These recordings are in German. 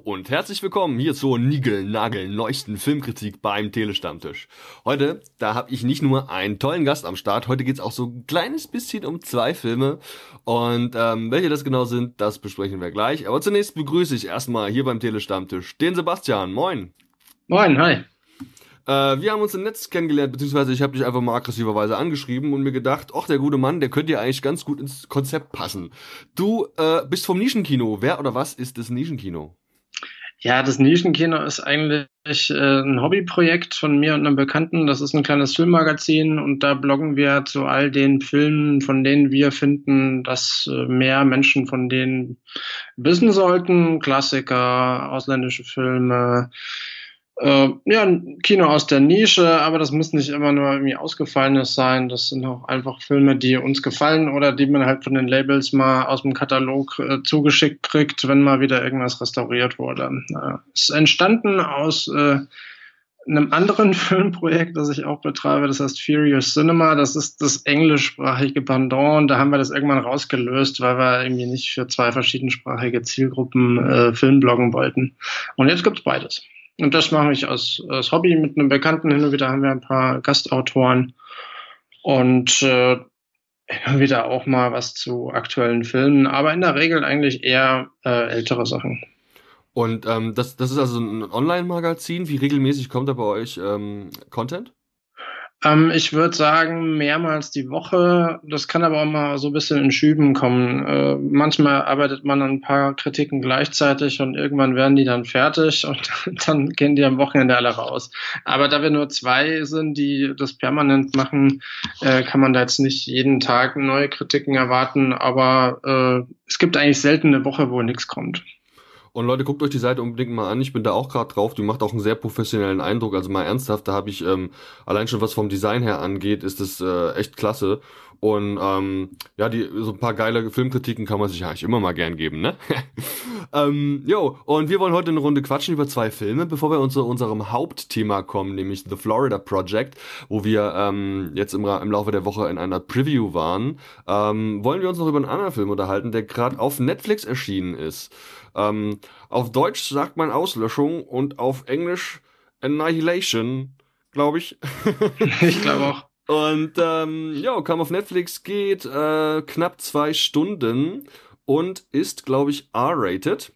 und herzlich willkommen hier zur niegelnagelneuesten Filmkritik beim Telestammtisch. Heute, da habe ich nicht nur einen tollen Gast am Start, heute geht's auch so ein kleines bisschen um zwei Filme und welche das genau sind, das besprechen wir gleich. Aber zunächst begrüße ich erstmal hier beim Telestammtisch den Sebastian. Moin. Moin, hi. Wir haben uns im Netz kennengelernt, beziehungsweise ich habe dich einfach mal aggressiverweise angeschrieben und mir gedacht, ach, der gute Mann, der könnte ja eigentlich ganz gut ins Konzept passen. Du bist vom Nischenkino. Wer oder was ist das Nischenkino? Ja, das Nischenkino ist eigentlich ein Hobbyprojekt von mir und einem Bekannten. Das ist ein kleines Filmmagazin und da bloggen wir zu all den Filmen, von denen wir finden, dass mehr Menschen von denen wissen sollten. Klassiker, ausländische Filme, ja, ein Kino aus der Nische, aber das muss nicht immer nur irgendwie Ausgefallenes sein. Das sind auch einfach Filme, die uns gefallen oder die man halt von den Labels mal aus dem Katalog zugeschickt kriegt, wenn mal wieder irgendwas restauriert wurde. Ist entstanden aus einem anderen Filmprojekt, das ich auch betreibe, das heißt Furious Cinema. Das ist das englischsprachige Pendant. Da haben wir das irgendwann rausgelöst, weil wir irgendwie nicht für zwei verschiedensprachige Zielgruppen Filmbloggen wollten. Und jetzt gibt's beides. Und das mache ich als Hobby mit einem Bekannten. Hin und wieder haben wir ein paar Gastautoren und hin und wieder auch mal was zu aktuellen Filmen, aber in der Regel eigentlich eher ältere Sachen. Und das ist also ein Online-Magazin. Wie regelmäßig kommt da bei euch Content? Ich würde sagen, mehrmals die Woche. Das kann aber auch mal so ein bisschen in Schüben kommen. Manchmal arbeitet man an ein paar Kritiken gleichzeitig und irgendwann werden die dann fertig und dann gehen die am Wochenende alle raus. Aber da wir nur zwei sind, die das permanent machen, kann man da jetzt nicht jeden Tag neue Kritiken erwarten. Aber es gibt eigentlich selten eine Woche, wo nichts kommt. Und Leute, guckt euch die Seite unbedingt mal an. Ich bin da auch gerade drauf. Die macht auch einen sehr professionellen Eindruck. Also mal ernsthaft, da habe ich allein schon was vom Design her angeht, ist das echt klasse. Und ja, so ein paar geile Filmkritiken kann man sich eigentlich immer mal gern geben, ne? Und wir wollen heute eine Runde quatschen über zwei Filme, bevor wir zu unserem Hauptthema kommen, nämlich The Florida Project, wo wir jetzt im Laufe der Woche in einer Preview waren. Wollen wir uns noch über einen anderen Film unterhalten, der gerade auf Netflix erschienen ist. Auf Deutsch sagt man Auslöschung und auf Englisch Annihilation, glaube ich. Ich glaube auch. Und kam auf Netflix, geht knapp 2 Stunden und ist, glaube ich, R-rated.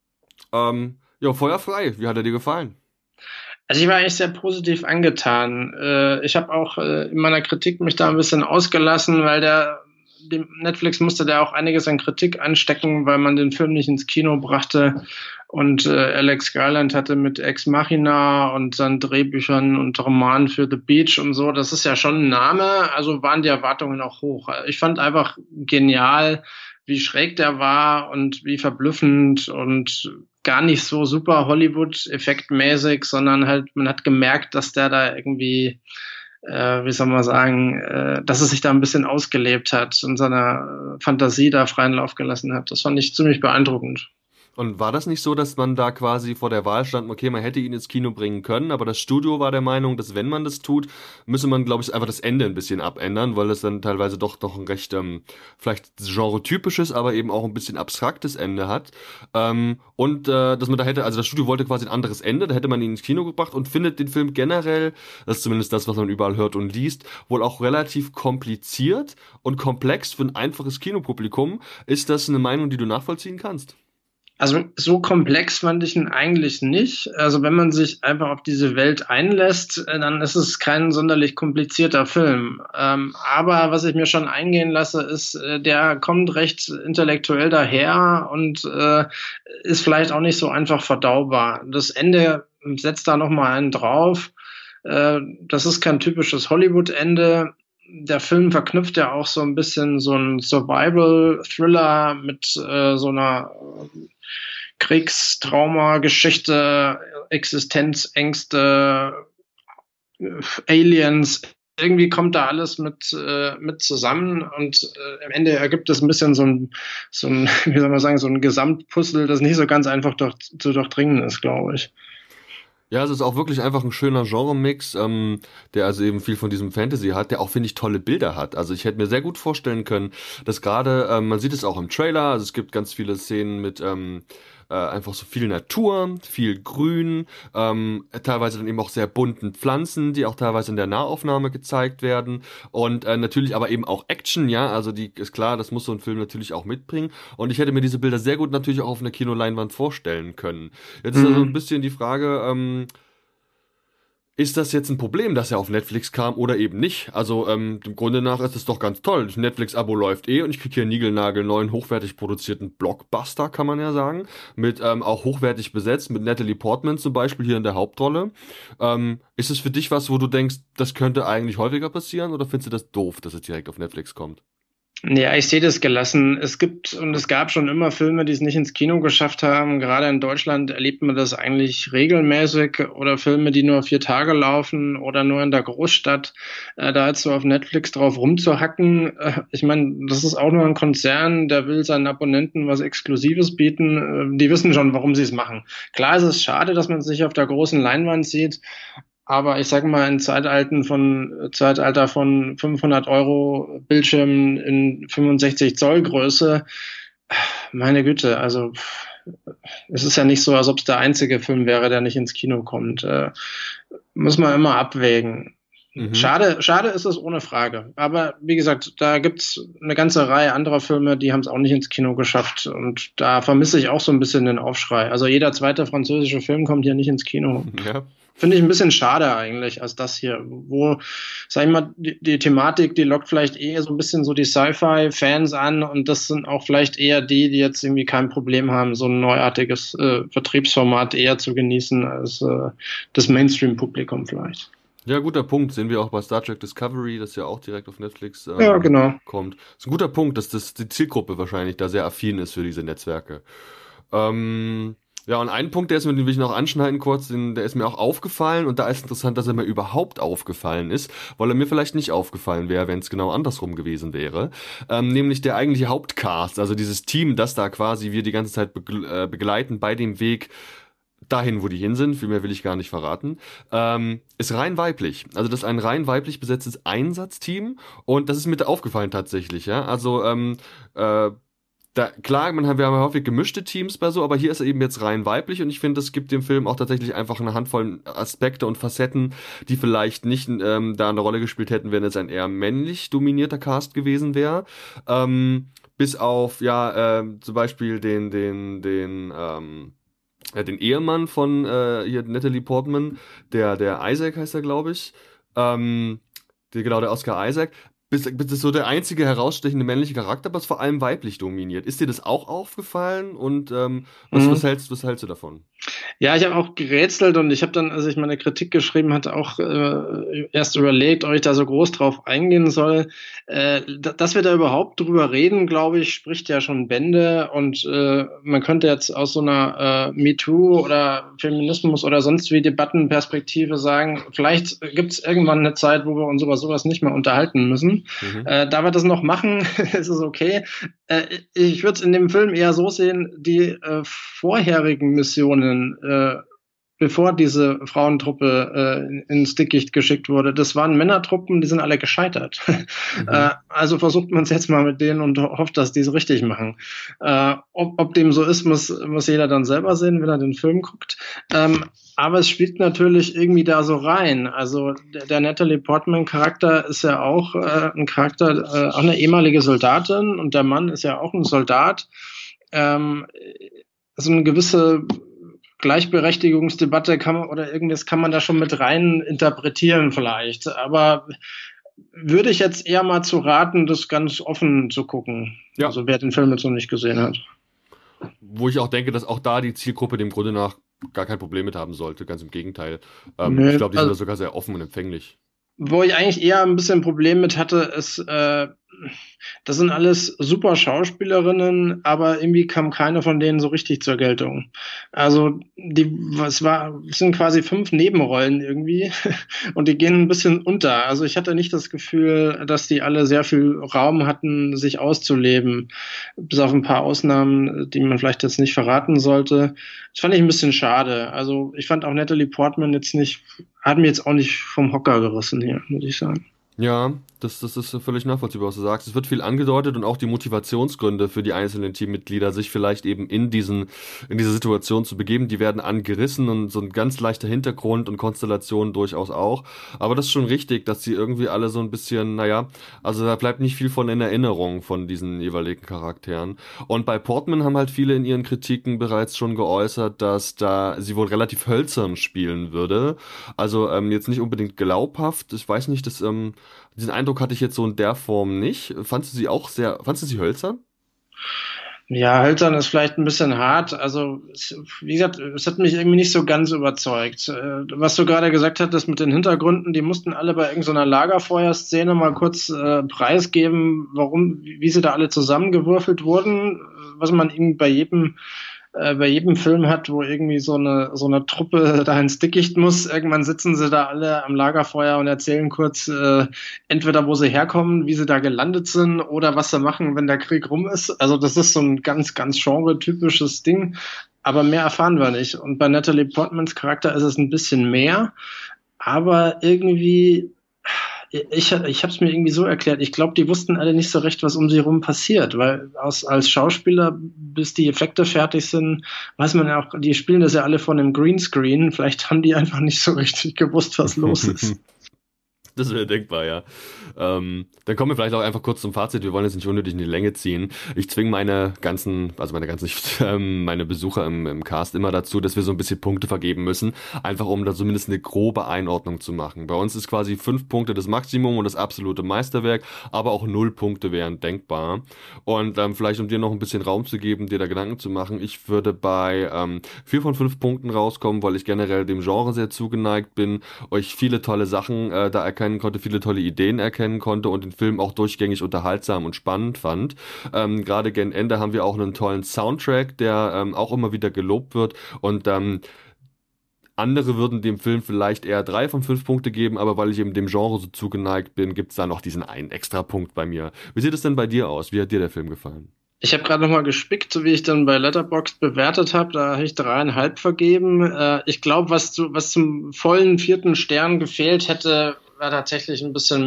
Feuer frei. Wie hat er dir gefallen? Also ich war eigentlich sehr positiv angetan. Ich habe auch in meiner Kritik mich da ein bisschen ausgelassen, weil Netflix musste da auch einiges an Kritik anstecken, weil man den Film nicht ins Kino brachte. Und Alex Garland hatte mit Ex Machina und seinen Drehbüchern und Roman für The Beach und so, das ist ja schon ein Name, also waren die Erwartungen auch hoch. Ich fand einfach genial, wie schräg der war und wie verblüffend und gar nicht so super Hollywood-effektmäßig, sondern halt, man hat gemerkt, dass der da irgendwie wie soll man sagen, dass es sich da ein bisschen ausgelebt hat und seiner Fantasie da freien Lauf gelassen hat. Das fand ich ziemlich beeindruckend. Und war das nicht so, dass man da quasi vor der Wahl stand, okay, man hätte ihn ins Kino bringen können, aber das Studio war der Meinung, dass wenn man das tut, müsse man, glaube ich, einfach das Ende ein bisschen abändern, weil es dann teilweise doch ein recht vielleicht genre-typisches, aber eben auch ein bisschen abstraktes Ende hat. Dass man da hätte, also das Studio wollte quasi ein anderes Ende, da hätte man ihn ins Kino gebracht und findet den Film generell, das ist zumindest das, was man überall hört und liest, wohl auch relativ kompliziert und komplex für ein einfaches Kinopublikum. Ist das eine Meinung, die du nachvollziehen kannst? Also so komplex fand ich ihn eigentlich nicht. Also wenn man sich einfach auf diese Welt einlässt, dann ist es kein sonderlich komplizierter Film. Aber was ich mir schon eingehen lasse, ist, der kommt recht intellektuell daher und ist vielleicht auch nicht so einfach verdaubar. Das Ende setzt da nochmal einen drauf. Das ist kein typisches Hollywood-Ende. Der Film verknüpft ja auch so ein bisschen so einen Survival-Thriller mit so einer Kriegstrauma-Geschichte, Existenzängste, Aliens. Irgendwie kommt da alles mit zusammen und am Ende ergibt es ein bisschen so ein, wie soll man sagen, so ein Gesamtpuzzle, das nicht so ganz einfach zu durchdringen ist, glaube ich. Ja, es ist auch wirklich einfach ein schöner Genre-Mix, der also eben viel von diesem Fantasy hat, der auch, finde ich, tolle Bilder hat. Also ich hätte mir sehr gut vorstellen können, dass gerade, man sieht es auch im Trailer, also es gibt ganz viele Szenen mit einfach so viel Natur, viel Grün, teilweise dann eben auch sehr bunten Pflanzen, die auch teilweise in der Nahaufnahme gezeigt werden und natürlich aber eben auch Action, ja, also die ist klar, das muss so ein Film natürlich auch mitbringen und ich hätte mir diese Bilder sehr gut natürlich auch auf einer Kinoleinwand vorstellen können. Jetzt ist also ein bisschen die Frage, ist das jetzt ein Problem, dass er auf Netflix kam oder eben nicht? Also im Grunde nach ist es doch ganz toll. Das Netflix-Abo läuft und ich kriege hier einen niegelnagelneuen, hochwertig produzierten Blockbuster, kann man ja sagen. Mit auch hochwertig besetzt, mit Natalie Portman zum Beispiel hier in der Hauptrolle. Ist es für dich was, wo du denkst, das könnte eigentlich häufiger passieren oder findest du das doof, dass es direkt auf Netflix kommt? Ja, ich sehe das gelassen. Es gibt und es gab schon immer Filme, die es nicht ins Kino geschafft haben. Gerade in Deutschland erlebt man das eigentlich regelmäßig oder Filme, die nur 4 Tage laufen oder nur in der Großstadt. Da jetzt so auf Netflix drauf rumzuhacken. Ich meine, das ist auch nur ein Konzern, der will seinen Abonnenten was Exklusives bieten. Die wissen schon, warum sie es machen. Klar ist es schade, dass man sich auf der großen Leinwand sieht. Aber ich sag mal, in Zeitalter von 500 Euro Bildschirmen in 65 Zoll Größe, meine Güte, also es ist ja nicht so, als ob es der einzige Film wäre, der nicht ins Kino kommt. Muss man immer abwägen. Schade ist es ohne Frage. Aber wie gesagt, da gibt's eine ganze Reihe anderer Filme, die haben es auch nicht ins Kino geschafft. Und da vermisse ich auch so ein bisschen den Aufschrei. Also jeder zweite französische Film kommt hier nicht ins Kino. Ja. Finde ich ein bisschen schade eigentlich, als das hier, wo, sag ich mal, die Thematik, die lockt vielleicht eher so ein bisschen so die Sci-Fi-Fans an und das sind auch vielleicht eher die jetzt irgendwie kein Problem haben, so ein neuartiges Vertriebsformat eher zu genießen als das Mainstream-Publikum vielleicht. Ja, guter Punkt. Sehen wir auch bei Star Trek Discovery, das ja auch direkt auf Netflix Ja, genau. kommt. Das ist ein guter Punkt, dass das die Zielgruppe wahrscheinlich da sehr affin ist für diese Netzwerke. Ja, und ein Punkt, den will ich noch anschneiden kurz, der ist mir auch aufgefallen und da ist interessant, dass er mir überhaupt aufgefallen ist, weil er mir vielleicht nicht aufgefallen wäre, wenn es genau andersrum gewesen wäre. Nämlich der eigentliche Hauptcast, also dieses Team, das da quasi wir die ganze Zeit begleiten bei dem Weg dahin, wo die hin sind, viel mehr will ich gar nicht verraten, ist rein weiblich. Also das ist ein rein weiblich besetztes Einsatzteam und das ist mir aufgefallen tatsächlich, ja. Also klar, wir haben ja häufig gemischte Teams bei so, aber hier ist er eben jetzt rein weiblich und ich finde, das gibt dem Film auch tatsächlich einfach eine Handvoll Aspekte und Facetten, die vielleicht nicht da eine Rolle gespielt hätten, wenn es ein eher männlich dominierter Cast gewesen wäre. Bis auf, ja, zum Beispiel den Ehemann von hier Natalie Portman, der Isaac heißt er, glaube ich. Der Oscar Isaac. Bist so der einzige herausstechende männliche Charakter, aber ist vor allem weiblich dominiert. Ist dir das auch aufgefallen? Und was hältst du davon? Ja, ich habe auch gerätselt und ich habe dann, als ich meine Kritik geschrieben hatte, auch erst überlegt, ob ich da so groß drauf eingehen soll. Dass wir da überhaupt drüber reden, glaube ich, spricht ja schon Bände und man könnte jetzt aus so einer MeToo oder Feminismus oder sonst wie Debattenperspektive sagen, vielleicht gibt es irgendwann eine Zeit, wo wir uns über sowas nicht mehr unterhalten müssen. Da wir das noch machen, ist es okay. Ich würde es in dem Film eher so sehen, die vorherigen Missionen, bevor diese Frauentruppe ins Dickicht geschickt wurde, das waren Männertruppen, die sind alle gescheitert. Also versucht man es jetzt mal mit denen und hofft, dass die es richtig machen. Ob dem so ist, muss jeder dann selber sehen, wenn er den Film guckt. Aber es spielt natürlich irgendwie da so rein. Also der Natalie Portman-Charakter ist ja auch ein Charakter, auch eine ehemalige Soldatin und der Mann ist ja auch ein Soldat. So eine gewisse Gleichberechtigungsdebatte oder irgendwas kann man da schon mit rein interpretieren vielleicht. Aber würde ich jetzt eher mal zu raten, das ganz offen zu gucken. Ja. Also wer den Film jetzt noch nicht gesehen hat. Wo ich auch denke, dass auch da die Zielgruppe dem Grunde nach gar kein Problem mit haben sollte. Ganz im Gegenteil. Ich glaube, die sind da sogar sehr offen und empfänglich. Wo ich eigentlich eher ein bisschen Problem mit hatte, ist, das sind alles super Schauspielerinnen, aber irgendwie kam keine von denen so richtig zur Geltung. Also es sind quasi 5 Nebenrollen irgendwie und die gehen ein bisschen unter. Also ich hatte nicht das Gefühl, dass die alle sehr viel Raum hatten, sich auszuleben. Bis auf ein paar Ausnahmen, die man vielleicht jetzt nicht verraten sollte. Das fand ich ein bisschen schade. Also ich fand auch Natalie Portman hat mir jetzt auch nicht vom Hocker gerissen hier, muss ich sagen. Ja, das ist völlig nachvollziehbar, was du sagst. Es wird viel angedeutet und auch die Motivationsgründe für die einzelnen Teammitglieder, sich vielleicht eben in diese Situation zu begeben, die werden angerissen und so ein ganz leichter Hintergrund und Konstellation durchaus auch. Aber das ist schon richtig, dass sie irgendwie alle so ein bisschen, naja, also da bleibt nicht viel von in Erinnerung von diesen jeweiligen Charakteren. Und bei Portman haben halt viele in ihren Kritiken bereits schon geäußert, dass da sie wohl relativ hölzern spielen würde. Also jetzt nicht unbedingt glaubhaft. Ich weiß nicht, diesen Eindruck hatte ich jetzt so in der Form nicht. Fandst du sie hölzern? Ja, hölzern ist vielleicht ein bisschen hart. Also, wie gesagt, es hat mich irgendwie nicht so ganz überzeugt. Was du gerade gesagt hattest mit den Hintergründen, die mussten alle bei irgendeiner Lagerfeuerszene mal kurz preisgeben, wie sie da alle zusammengewürfelt wurden, was man ihnen bei jedem Film hat, wo irgendwie so eine Truppe da ins Dickicht muss. Irgendwann sitzen sie da alle am Lagerfeuer und erzählen kurz entweder, wo sie herkommen, wie sie da gelandet sind oder was sie machen, wenn der Krieg rum ist. Also das ist so ein ganz, ganz genre-typisches Ding. Aber mehr erfahren wir nicht. Und bei Natalie Portmans Charakter ist es ein bisschen mehr. Aber irgendwie ich habe es mir irgendwie so erklärt, ich glaube, die wussten alle nicht so recht, was um sie rum passiert, weil als Schauspieler, bis die Effekte fertig sind, weiß man ja auch, die spielen das ja alle von einem Greenscreen, vielleicht haben die einfach nicht so richtig gewusst, was los ist. Das wäre denkbar, ja. Dann kommen wir vielleicht auch einfach kurz zum Fazit. Wir wollen jetzt nicht unnötig in die Länge ziehen. Ich zwinge meine Besucher im Cast immer dazu, dass wir so ein bisschen Punkte vergeben müssen. Einfach um da zumindest eine grobe Einordnung zu machen. Bei uns ist quasi 5 Punkte das Maximum und das absolute Meisterwerk, aber auch 0 Punkte wären denkbar. Und vielleicht, um dir noch ein bisschen Raum zu geben, dir da Gedanken zu machen, ich würde bei 4 von 5 Punkten rauskommen, weil ich generell dem Genre sehr zugeneigt bin, euch viele tolle Sachen da erkennen konnte, viele tolle Ideen erkennen konnte und den Film auch durchgängig unterhaltsam und spannend fand. Gerade gen Ende haben wir auch einen tollen Soundtrack, der auch immer wieder gelobt wird und andere würden dem Film vielleicht eher 3 von 5 Punkte geben, aber weil ich eben dem Genre so zugeneigt bin, gibt's da noch diesen einen extra Punkt bei mir. Wie sieht es denn bei dir aus? Wie hat dir der Film gefallen? Ich habe gerade nochmal gespickt, so wie ich dann bei Letterboxd bewertet habe, da habe ich 3,5 vergeben. Ich glaube, was zum vollen 4. Stern gefehlt hätte, war tatsächlich ein bisschen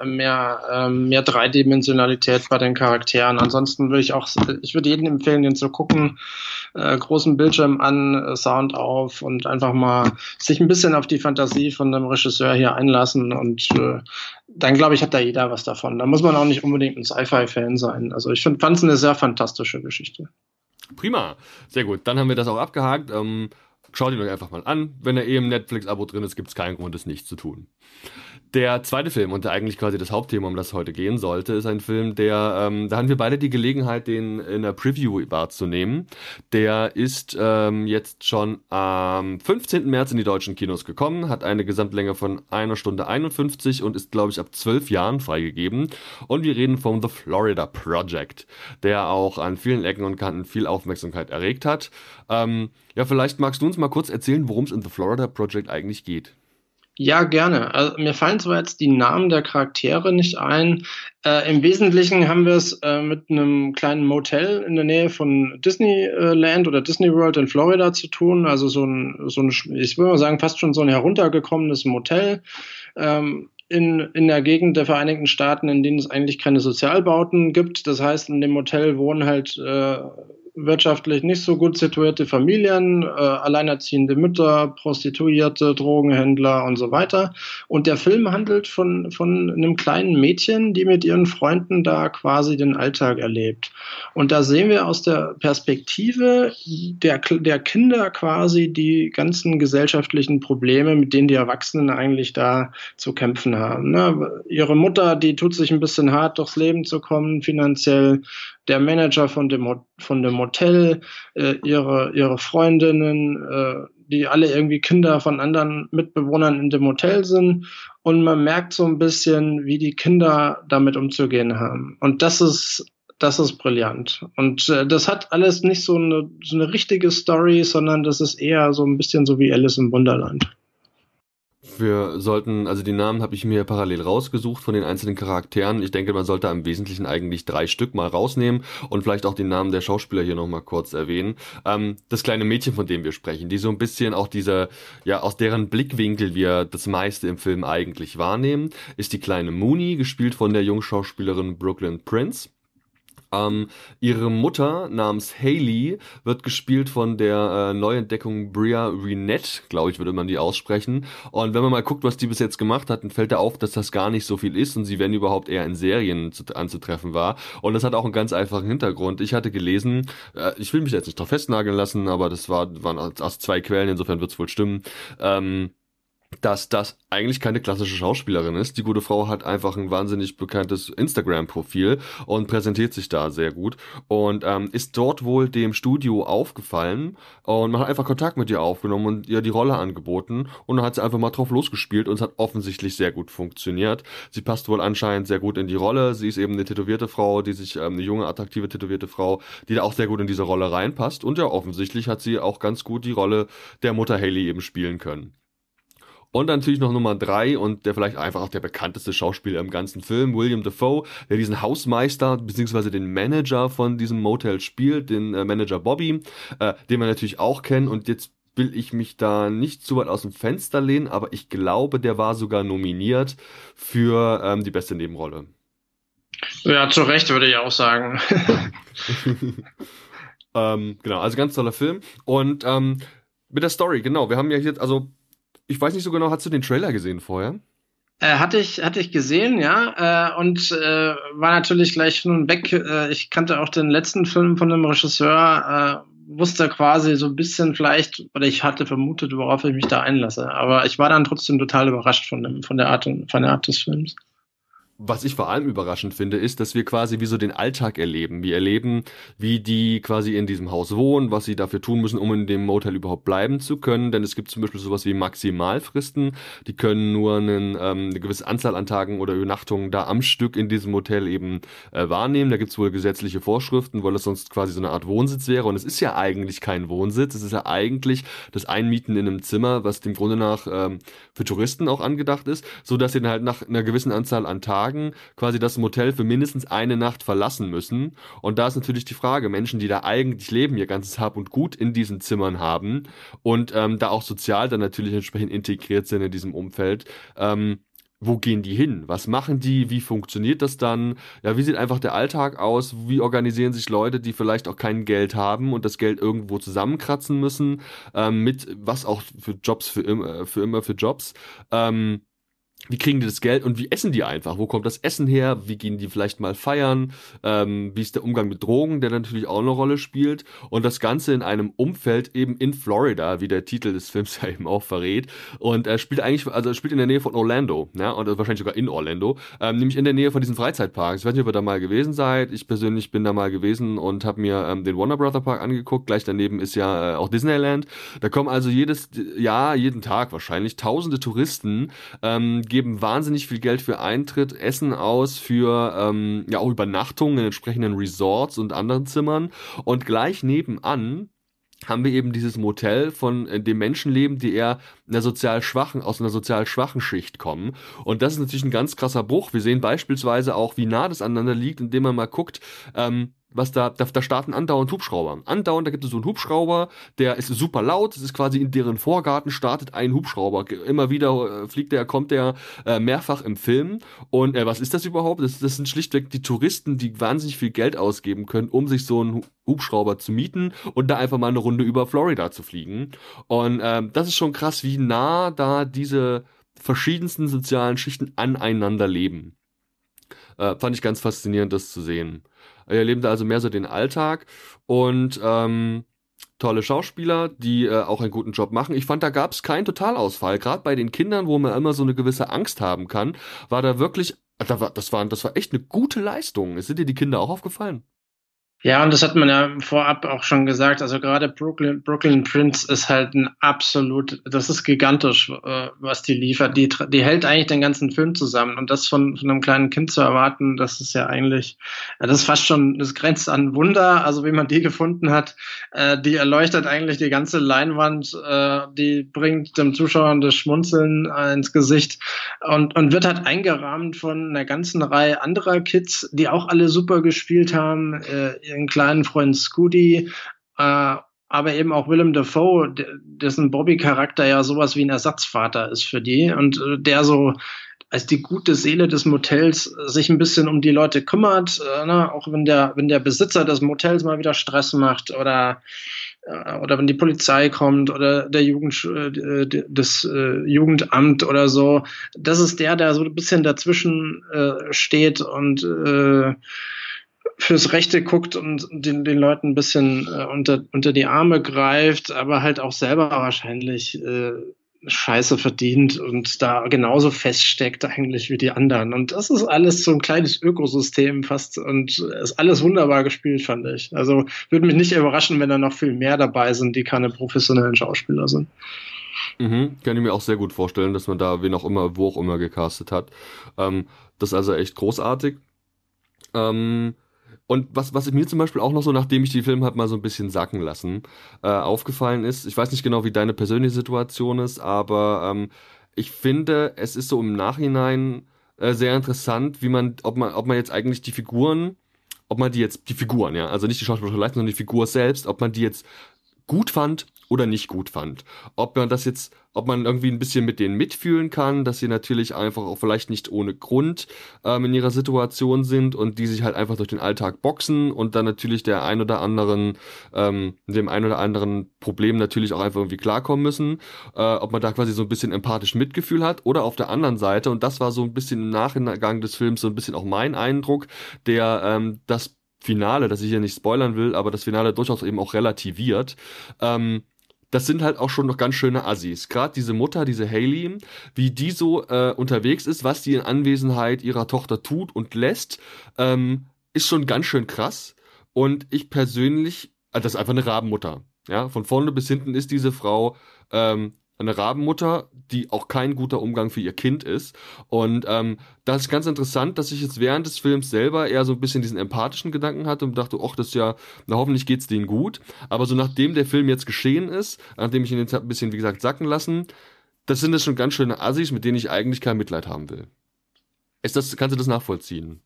mehr Dreidimensionalität bei den Charakteren. Ansonsten ich würde jedem empfehlen, den zu gucken, großen Bildschirm an, Sound auf und einfach mal sich ein bisschen auf die Fantasie von dem Regisseur hier einlassen und dann glaube ich, hat da jeder was davon. Da muss man auch nicht unbedingt ein Sci-Fi-Fan sein. Also ich fand es eine sehr fantastische Geschichte. Prima, sehr gut. Dann haben wir das auch abgehakt. Schaut ihn euch einfach mal an. Wenn er im Netflix-Abo drin ist, gibt es keinen Grund, es nicht zu tun. Der zweite Film und der eigentlich quasi das Hauptthema, um das heute gehen sollte, ist ein Film, da haben wir beide die Gelegenheit, den in der Preview wahrzunehmen. Der ist jetzt schon am 15. März in die deutschen Kinos gekommen, hat eine Gesamtlänge von 1 Stunde 51 und ist, glaube ich, ab 12 Jahren freigegeben. Und wir reden vom The Florida Project, der auch an vielen Ecken und Kanten viel Aufmerksamkeit erregt hat. Ja, vielleicht magst du uns mal kurz erzählen, worum es in The Florida Project eigentlich geht. Ja, gerne. Also, mir fallen zwar jetzt die Namen der Charaktere nicht ein. Im Wesentlichen haben wir es mit einem kleinen Motel in der Nähe von Disneyland oder Disney World in Florida zu tun. Also ich würde mal sagen, fast schon so ein heruntergekommenes Motel in der Gegend der Vereinigten Staaten, in denen es eigentlich keine Sozialbauten gibt. Das heißt, in dem Motel wohnen halt wirtschaftlich nicht so gut situierte Familien, alleinerziehende Mütter, Prostituierte, Drogenhändler und so weiter. Und der Film handelt von einem kleinen Mädchen, die mit ihren Freunden da quasi den Alltag erlebt. Und da sehen wir aus der Perspektive der Kinder quasi die ganzen gesellschaftlichen Probleme, mit denen die Erwachsenen eigentlich da zu kämpfen haben. Ne? Ihre Mutter, die tut sich ein bisschen hart, durchs Leben zu kommen, finanziell. Der Manager von dem Hotel, ihre Freundinnen, die alle irgendwie Kinder von anderen Mitbewohnern in dem Hotel sind. Und man merkt so ein bisschen, wie die Kinder damit umzugehen haben. Und das ist brillant. Und das hat alles nicht so eine richtige Story, sondern das ist eher so ein bisschen so wie Alice im Wunderland. Wir sollten, also die Namen habe ich mir parallel rausgesucht von den einzelnen Charakteren. Ich denke, man sollte im Wesentlichen eigentlich 3 Stück mal rausnehmen und vielleicht auch den Namen der Schauspieler hier nochmal kurz erwähnen. Das kleine Mädchen, von dem wir sprechen, die so ein bisschen auch diese, ja, aus deren Blickwinkel wir das meiste im Film eigentlich wahrnehmen, ist die kleine Mooney, gespielt von der Jungschauspielerin Brooklyn Prince. Ähm, Ihre Mutter namens Hailey wird gespielt von der Neuentdeckung Bria Renette, glaube ich, würde man die aussprechen. Und wenn man mal guckt, was die bis jetzt gemacht hat, dann fällt da auf, dass das gar nicht so viel ist und sie, wenn überhaupt, eher in Serien anzutreffen war. Und das hat auch einen ganz einfachen Hintergrund. Ich hatte gelesen, ich will mich jetzt nicht drauf festnageln lassen, aber waren aus 2 Quellen, insofern wird es wohl stimmen. Dass das eigentlich keine klassische Schauspielerin ist. Die gute Frau hat einfach ein wahnsinnig bekanntes Instagram-Profil und präsentiert sich da sehr gut und ist dort wohl dem Studio aufgefallen und man hat einfach Kontakt mit ihr aufgenommen und ihr die Rolle angeboten und dann hat sie einfach mal drauf losgespielt und es hat offensichtlich sehr gut funktioniert. Sie passt wohl anscheinend sehr gut in die Rolle. Sie ist eben eine tätowierte Frau, eine junge, attraktive, tätowierte Frau, die da auch sehr gut in diese Rolle reinpasst und ja, offensichtlich hat sie auch ganz gut die Rolle der Mutter Hailey eben spielen können. Und dann natürlich noch Nummer 3 und der vielleicht einfach auch der bekannteste Schauspieler im ganzen Film, William Dafoe, der diesen Hausmeister beziehungsweise den Manager von diesem Motel spielt, den Manager Bobby, den wir natürlich auch kennen. Und jetzt will ich mich da nicht zu weit aus dem Fenster lehnen, aber ich glaube, der war sogar nominiert für die beste Nebenrolle. Ja, zu Recht würde ich auch sagen. Genau, also ganz toller Film. Und mit der Story, genau, wir haben ja hier, also ich weiß nicht so genau, hast du den Trailer gesehen vorher? Hatte ich gesehen, ja, und war natürlich gleich hin und weg. Ich kannte auch den letzten Film von dem Regisseur, wusste quasi so ein bisschen vielleicht, oder ich hatte vermutet, worauf ich mich da einlasse. Aber ich war dann trotzdem total überrascht von der Art des Films. Was ich vor allem überraschend finde, ist, dass wir quasi wie so den Alltag erleben. Wir erleben, wie die quasi in diesem Haus wohnen, was sie dafür tun müssen, um in dem Motel überhaupt bleiben zu können. Denn es gibt zum Beispiel sowas wie Maximalfristen. Die können nur eine gewisse Anzahl an Tagen oder Übernachtungen da am Stück in diesem Hotel eben wahrnehmen. Da gibt es wohl gesetzliche Vorschriften, weil es sonst quasi so eine Art Wohnsitz wäre. Und es ist ja eigentlich kein Wohnsitz. Es ist ja eigentlich das Einmieten in einem Zimmer, was dem Grunde nach für Touristen auch angedacht ist, so dass sie dann halt nach einer gewissen Anzahl an Tagen quasi das Motel für mindestens eine Nacht verlassen müssen. Und da ist natürlich die Frage, Menschen, die da eigentlich leben, ihr ganzes Hab und Gut in diesen Zimmern haben und da auch sozial dann natürlich entsprechend integriert sind in diesem Umfeld, wo gehen die hin? Was machen die? Wie funktioniert das dann? Ja, wie sieht einfach der Alltag aus? Wie organisieren sich Leute, die vielleicht auch kein Geld haben und das Geld irgendwo zusammenkratzen müssen? Mit was auch für Jobs, für Jobs. Wie kriegen die das Geld und wie essen die einfach? Wo kommt das Essen her? Wie gehen die vielleicht mal feiern? Wie ist der Umgang mit Drogen, der natürlich auch eine Rolle spielt? Und das Ganze in einem Umfeld eben in Florida, wie der Titel des Films ja eben auch verrät. Und er spielt eigentlich, also er spielt in der Nähe von Orlando, ja, und wahrscheinlich sogar in Orlando, nämlich in der Nähe von diesen Freizeitparks. Ich weiß nicht, ob ihr da mal gewesen seid. Ich persönlich bin da mal gewesen und habe mir den Warner Brother Park angeguckt. Gleich daneben ist ja auch Disneyland. Da kommen also jedes Jahr, jeden Tag wahrscheinlich tausende Touristen, geben wahnsinnig viel Geld für Eintritt, Essen aus, für ja auch Übernachtungen in entsprechenden Resorts und anderen Zimmern. Und gleich nebenan haben wir eben dieses Motel, von dem Menschen leben, die eher aus einer sozial schwachen Schicht kommen. Und das ist natürlich ein ganz krasser Bruch. Wir sehen beispielsweise auch, wie nah das aneinander liegt, indem man mal guckt, was da starten andauernd Hubschrauber. Andauernd, da gibt es so einen Hubschrauber, der ist super laut, das ist quasi in deren Vorgarten startet ein Hubschrauber. Immer wieder kommt der mehrfach im Film. Und was ist das überhaupt? Das sind schlichtweg die Touristen, die wahnsinnig viel Geld ausgeben können, um sich so einen Hubschrauber zu mieten und da einfach mal eine Runde über Florida zu fliegen. Und das ist schon krass, wie nah da diese verschiedensten sozialen Schichten aneinander leben. Fand ich ganz faszinierend, das zu sehen. Wir erleben da also mehr so den Alltag und tolle Schauspieler, die auch einen guten Job machen. Ich fand, da gab es keinen Totalausfall. Gerade bei den Kindern, wo man immer so eine gewisse Angst haben kann, war da wirklich, das war echt eine gute Leistung. Sind dir die Kinder auch aufgefallen? Ja, und das hat man ja vorab auch schon gesagt. Also gerade Brooklyn Prince ist halt das ist gigantisch, was die liefert. Die hält eigentlich den ganzen Film zusammen. Und das von einem kleinen Kind zu erwarten, das ist ja eigentlich, ja, das ist fast schon, das grenzt an Wunder. Also wie man die gefunden hat, die erleuchtet eigentlich die ganze Leinwand, die bringt dem Zuschauer das Schmunzeln ins Gesicht und wird halt eingerahmt von einer ganzen Reihe anderer Kids, die auch alle super gespielt haben. Ihren kleinen Freund Scooty, aber eben auch Willem Dafoe, dessen Bobby-Charakter ja sowas wie ein Ersatzvater ist für die und der so als die gute Seele des Motels sich ein bisschen um die Leute kümmert, ne? Auch wenn der Besitzer des Motels mal wieder Stress macht oder wenn die Polizei kommt oder das Jugendamt oder so. Das ist der so ein bisschen dazwischen steht und fürs Rechte guckt und den Leuten ein bisschen unter die Arme greift, aber halt auch selber wahrscheinlich Scheiße verdient und da genauso feststeckt eigentlich wie die anderen. Und das ist alles so ein kleines Ökosystem fast und ist alles wunderbar gespielt, fand ich. Also würde mich nicht überraschen, wenn da noch viel mehr dabei sind, die keine professionellen Schauspieler sind. Mhm, kann ich mir auch sehr gut vorstellen, dass man da wen auch immer, wo auch immer gecastet hat. Das ist also echt großartig. Ähm, und was mir zum Beispiel auch noch so, nachdem ich die Filme halt mal so ein bisschen sacken lassen, aufgefallen ist, ich weiß nicht genau, wie deine persönliche Situation ist, aber ich finde, es ist so im Nachhinein sehr interessant, ob man jetzt eigentlich die Figuren, ja, also nicht die schauspielerische Leistung, sondern die Figur selbst, ob man die jetzt gut fand oder nicht gut fand. Ob man irgendwie ein bisschen mit denen mitfühlen kann, dass sie natürlich einfach auch vielleicht nicht ohne Grund in ihrer Situation sind und die sich halt einfach durch den Alltag boxen und dann natürlich dem ein oder anderen Problem natürlich auch einfach irgendwie klarkommen müssen. Ob man da quasi so ein bisschen empathisch Mitgefühl hat oder auf der anderen Seite, und das war so ein bisschen im Nachgang des Films so ein bisschen auch mein Eindruck, das Finale, das ich hier nicht spoilern will, aber das Finale durchaus eben auch relativiert. Das sind halt auch schon noch ganz schöne Assis. Gerade diese Mutter, diese Hailey, wie die so unterwegs ist, was die in Anwesenheit ihrer Tochter tut und lässt, ist schon ganz schön krass. Und ich persönlich, das ist einfach eine Rabenmutter. Ja, von vorne bis hinten ist diese Frau eine Rabenmutter, die auch kein guter Umgang für ihr Kind ist. Und das ist ganz interessant, dass ich jetzt während des Films selber eher so ein bisschen diesen empathischen Gedanken hatte und dachte, ach, das ist ja, na hoffentlich geht's denen gut. Aber so nachdem der Film jetzt geschehen ist, nachdem ich ihn jetzt hab ein bisschen, wie gesagt, sacken lassen, das sind schon ganz schöne Assis, mit denen ich eigentlich kein Mitleid haben will. Kannst du das nachvollziehen?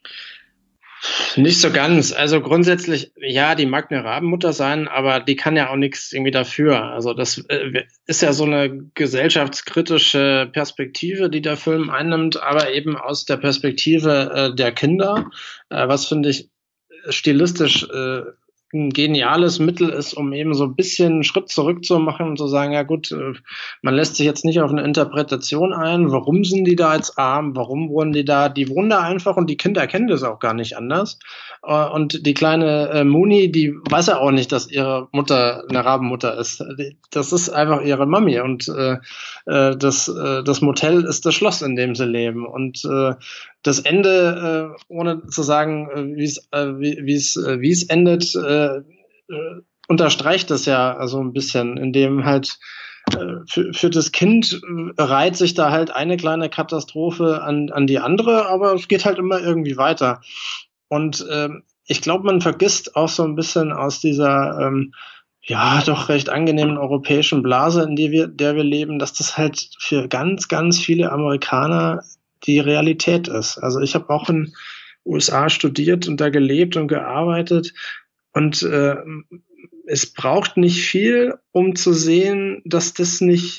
Nicht so ganz. Also grundsätzlich, ja, die mag eine Rabenmutter sein, aber die kann ja auch nichts irgendwie dafür. Also das ist ja so eine gesellschaftskritische Perspektive, die der Film einnimmt, aber eben aus der Perspektive der Kinder, was finde ich stilistisch ein geniales Mittel ist, um eben so ein bisschen einen Schritt zurück zu machen und zu sagen, ja gut, man lässt sich jetzt nicht auf eine Interpretation ein, warum sind die da jetzt arm, warum wohnen die da, die wohnen da einfach und die Kinder kennen das auch gar nicht anders. Und die kleine Moni, die weiß ja auch nicht, dass ihre Mutter eine Rabenmutter ist. Das ist einfach ihre Mami und das Motel ist das Schloss, in dem sie leben. Und das Ende, ohne zu sagen, wie es endet, unterstreicht das ja also ein bisschen, indem halt für das Kind reiht sich da halt eine kleine Katastrophe an die andere, aber es geht halt immer irgendwie weiter. Und ich glaube, man vergisst auch so ein bisschen aus dieser ja doch recht angenehmen europäischen Blase, der wir leben, dass das halt für ganz, ganz viele Amerikaner die Realität ist. Also ich habe auch in USA studiert und da gelebt und gearbeitet und es braucht nicht viel, um zu sehen, dass das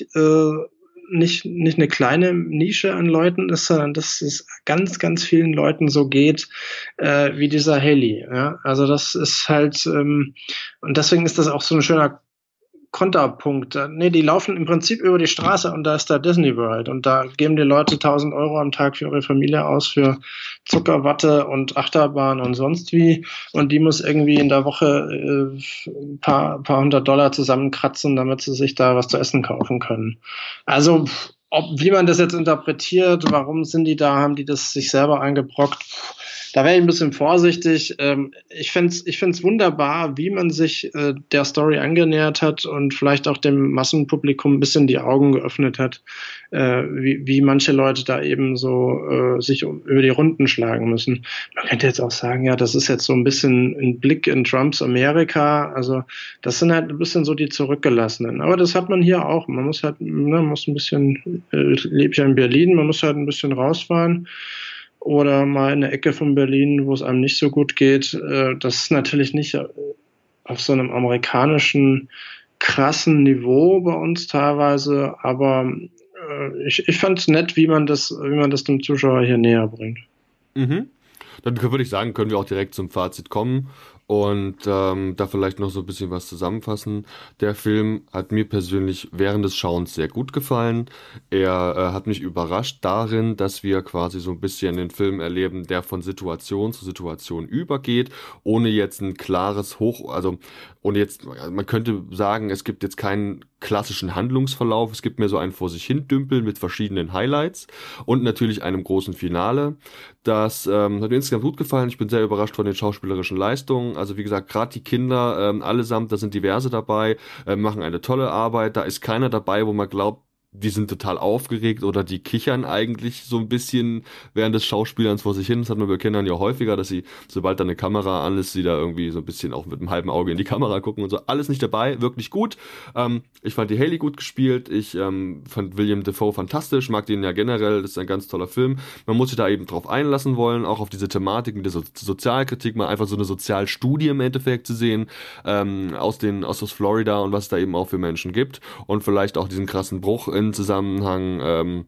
nicht eine kleine Nische an Leuten ist, sondern dass es ganz, ganz vielen Leuten so geht, wie dieser Haley. Ja? Also das ist halt, und deswegen ist das auch so ein schöner Konterpunkt. Nee, die laufen im Prinzip über die Straße und da ist da Disney World und da geben die Leute 1.000 € am Tag für ihre Familie aus für Zuckerwatte und Achterbahn und sonst wie und die muss irgendwie in der Woche ein paar $100 zusammenkratzen, damit sie sich da was zu essen kaufen können. Also wie man das jetzt interpretiert, warum sind die da, haben die das sich selber eingebrockt? Da wäre ich ein bisschen vorsichtig. Ich find's wunderbar, wie man sich der Story angenähert hat und vielleicht auch dem Massenpublikum ein bisschen die Augen geöffnet hat, wie manche Leute da eben so sich über die Runden schlagen müssen. Man könnte jetzt auch sagen, ja, das ist jetzt so ein bisschen ein Blick in Trumps Amerika. Also das sind halt ein bisschen so die Zurückgelassenen. Aber das hat man hier auch. Man muss halt, ne, muss ein bisschen, lebe ja in Berlin, man muss halt ein bisschen rausfahren. Oder mal in eine Ecke von Berlin, wo es einem nicht so gut geht. Das ist natürlich nicht auf so einem amerikanischen krassen Niveau bei uns teilweise, aber ich fand es nett, wie man das dem Zuschauer hier näher bringt. Mhm. Dann würde ich sagen, können wir auch direkt zum Fazit kommen und da vielleicht noch so ein bisschen was zusammenfassen. Der Film hat mir persönlich während des Schauens sehr gut gefallen. Er hat mich überrascht darin, dass wir quasi so ein bisschen den Film erleben, der von Situation zu Situation übergeht, ohne jetzt ein klares also ohne jetzt, man könnte sagen, es gibt jetzt keinen klassischen Handlungsverlauf, es gibt mehr so ein vor sich hin Dümpeln mit verschiedenen Highlights und natürlich einem großen Finale. Das hat mir insgesamt gut gefallen. Ich bin sehr überrascht von den schauspielerischen Leistungen. Also wie gesagt, gerade die Kinder, allesamt, da sind diverse dabei, machen eine tolle Arbeit. Da ist keiner dabei, wo man glaubt, die sind total aufgeregt oder die kichern eigentlich so ein bisschen während des Schauspielerns vor sich hin. Das hat man bei Kindern ja häufiger, dass sie, sobald da eine Kamera an ist, sie da irgendwie so ein bisschen auch mit einem halben Auge in die Kamera gucken und so. Alles nicht dabei, wirklich gut. Ich fand die Hailey gut gespielt. Ich fand William Dafoe fantastisch, mag den ja generell. Das ist ein ganz toller Film. Man muss sich da eben drauf einlassen wollen, auch auf diese Thematik mit der Sozialkritik, mal einfach so eine Sozialstudie im Endeffekt zu sehen, aus Florida und was es da eben auch für Menschen gibt und vielleicht auch diesen krassen Bruch in Zusammenhang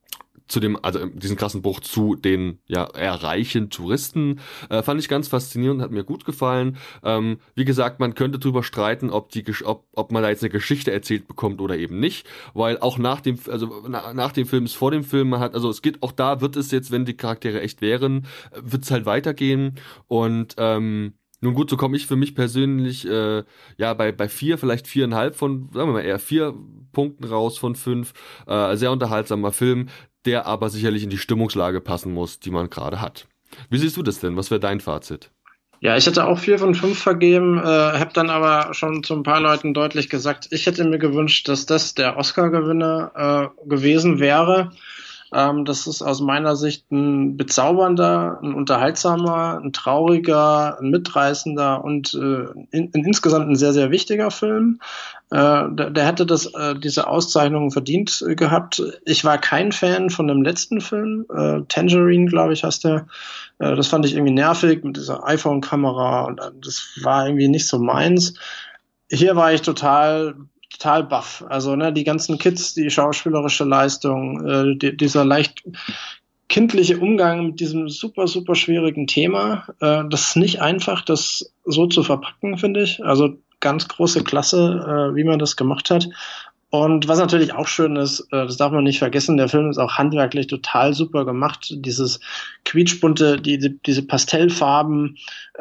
diesen krassen Bruch zu den ja eher reichen Touristen, fand ich ganz faszinierend, hat mir gut gefallen. Wie gesagt, man könnte drüber streiten, ob man da jetzt eine Geschichte erzählt bekommt oder eben nicht, weil auch nach dem Film ist vor dem Film, es geht auch da, wird es jetzt, wenn die Charaktere echt wären, wird es halt weitergehen und nun gut, so komme ich für mich persönlich bei 4, vielleicht 4,5 von, sagen wir mal eher 4 Punkten raus von 5. Sehr unterhaltsamer Film, der aber sicherlich in die Stimmungslage passen muss, die man gerade hat. Wie siehst du das denn? Was wäre dein Fazit? Ja, ich hätte auch 4 von 5 vergeben, habe dann aber schon zu ein paar Leuten deutlich gesagt, ich hätte mir gewünscht, dass das der Oscar-Gewinner gewesen wäre. Das ist aus meiner Sicht ein bezaubernder, ein unterhaltsamer, ein trauriger, ein mitreißender und insgesamt ein sehr, sehr wichtiger Film. Der hätte diese Auszeichnung verdient gehabt. Ich war kein Fan von dem letzten Film, Tangerine, glaube ich, heißt der. Das fand ich irgendwie nervig mit dieser iPhone-Kamera und das war irgendwie nicht so meins. Hier war ich total baff. Also die ganzen Kids, die schauspielerische Leistung, dieser leicht kindliche Umgang mit diesem super, super schwierigen Thema. Das ist nicht einfach, das so zu verpacken, finde ich. Also ganz große Klasse, wie man das gemacht hat. Und was natürlich auch schön ist, das darf man nicht vergessen, der Film ist auch handwerklich total super gemacht. Dieses quietschbunte, diese Pastellfarben,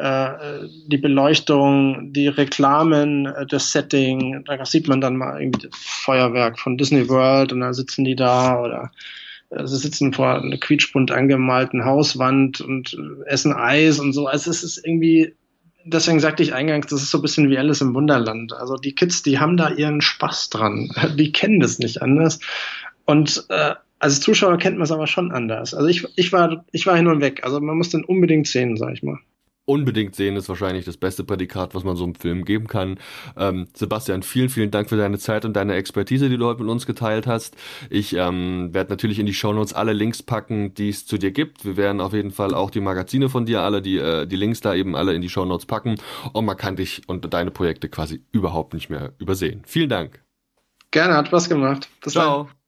die Beleuchtung, die Reklamen, das Setting, da sieht man dann mal irgendwie das Feuerwerk von Disney World und dann sitzen die da oder sie sitzen vor einer quietschbunt angemalten Hauswand und essen Eis und so. Also es ist irgendwie, deswegen sagte ich eingangs, das ist so ein bisschen wie Alice im Wunderland. Also die Kids, die haben da ihren Spaß dran. Die kennen das nicht anders. Und als Zuschauer kennt man es aber schon anders. Also ich war hin und weg. Also man muss den unbedingt sehen, sag ich mal. Unbedingt sehen ist wahrscheinlich das beste Prädikat, was man so einem Film geben kann. Sebastian, vielen, vielen Dank für deine Zeit und deine Expertise, die du heute mit uns geteilt hast. Ich werde natürlich in die Shownotes alle Links packen, die es zu dir gibt. Wir werden auf jeden Fall auch die Magazine von dir, die Links da eben alle in die Shownotes packen. Und man kann dich und deine Projekte quasi überhaupt nicht mehr übersehen. Vielen Dank. Gerne, hat Spaß gemacht. Bis dann. Ciao.